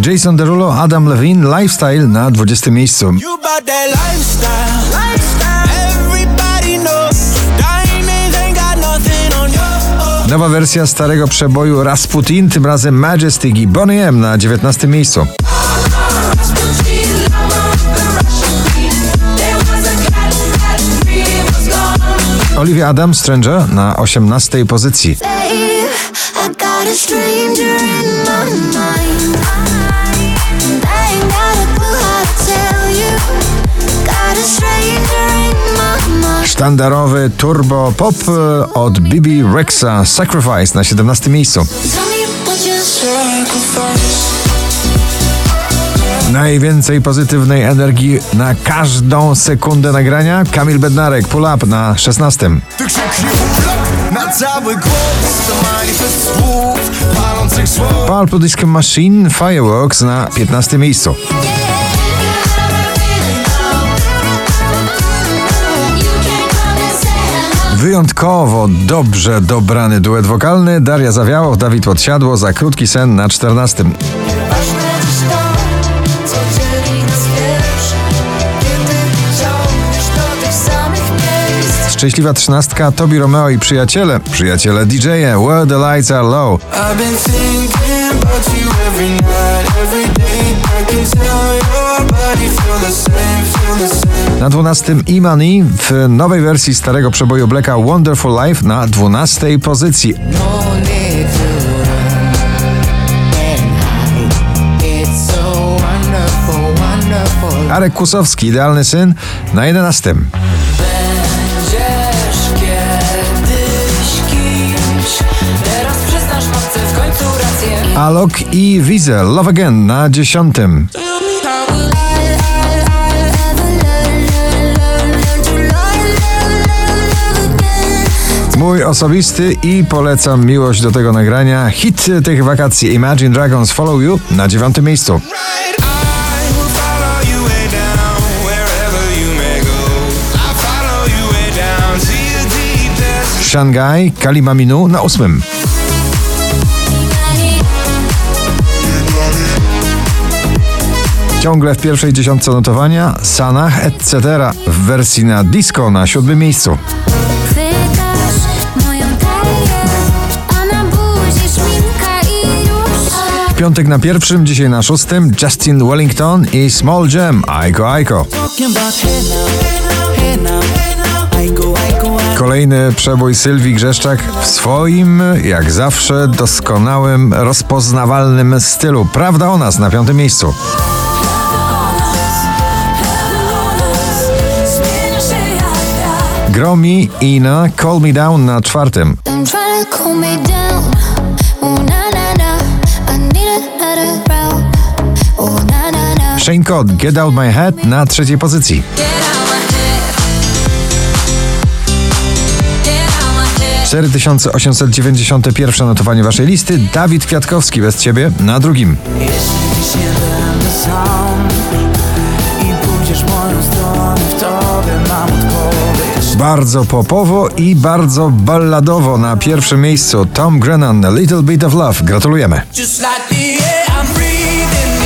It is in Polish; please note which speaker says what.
Speaker 1: Jason Derulo, Adam Levine, Lifestyle na 20. miejscu. Nowa wersja starego przeboju Rasputin, tym razem Majestic i Boney M na 19. miejscu. Olivia Adams, Stranger na 18. pozycji. Sztandarowy turbo pop od Bibi Rexha, Sacrifice na 17. miejscu. Najwięcej pozytywnej energii na każdą sekundę nagrania. Kamil Bednarek, Pull Up na 16. Purple Disco Machine, Fireworks na 15. miejscu. Wyjątkowo dobrze dobrany duet wokalny Daria Zawiałow, Dawid Podsiadło, Za krótki sen na 14. Szczęśliwa 13. Tobi Romeo i przyjaciele DJ-e, Where the Lights Are Low. Na 12. E-Money w nowej wersji starego przeboju Blacka Wonderful Life na 12. pozycji. Arek Kusowski, Idealny syn na 11. Alok i Wiesel, Love Again na 10. Mój osobisty i polecam miłość do tego nagrania. Hit tych wakacji Imagine Dragons, Follow You na 9. miejscu. Shanghai, Kalima Minu na 8. Ciągle w pierwszej dziesiątce notowania Sanach etc. w wersji na disco na 7. miejscu. W piątek na 1, dzisiaj na 6. Justin Wellington i Small Jam, Aiko Aiko. Kolejny przebój Sylwii Grzeszczak w swoim, jak zawsze, doskonałym, rozpoznawalnym stylu. Prawda o nas na 5. miejscu. Gromi Ina, Call Me Down na 4. Shane Codd, Get Out My Head na 3. pozycji. 4891 notowanie waszej listy. Dawid Kwiatkowski, Bez ciebie na 2. Bardzo popowo i bardzo balladowo na 1. miejscu Tom Grennan, Little Bit of Love. Gratulujemy.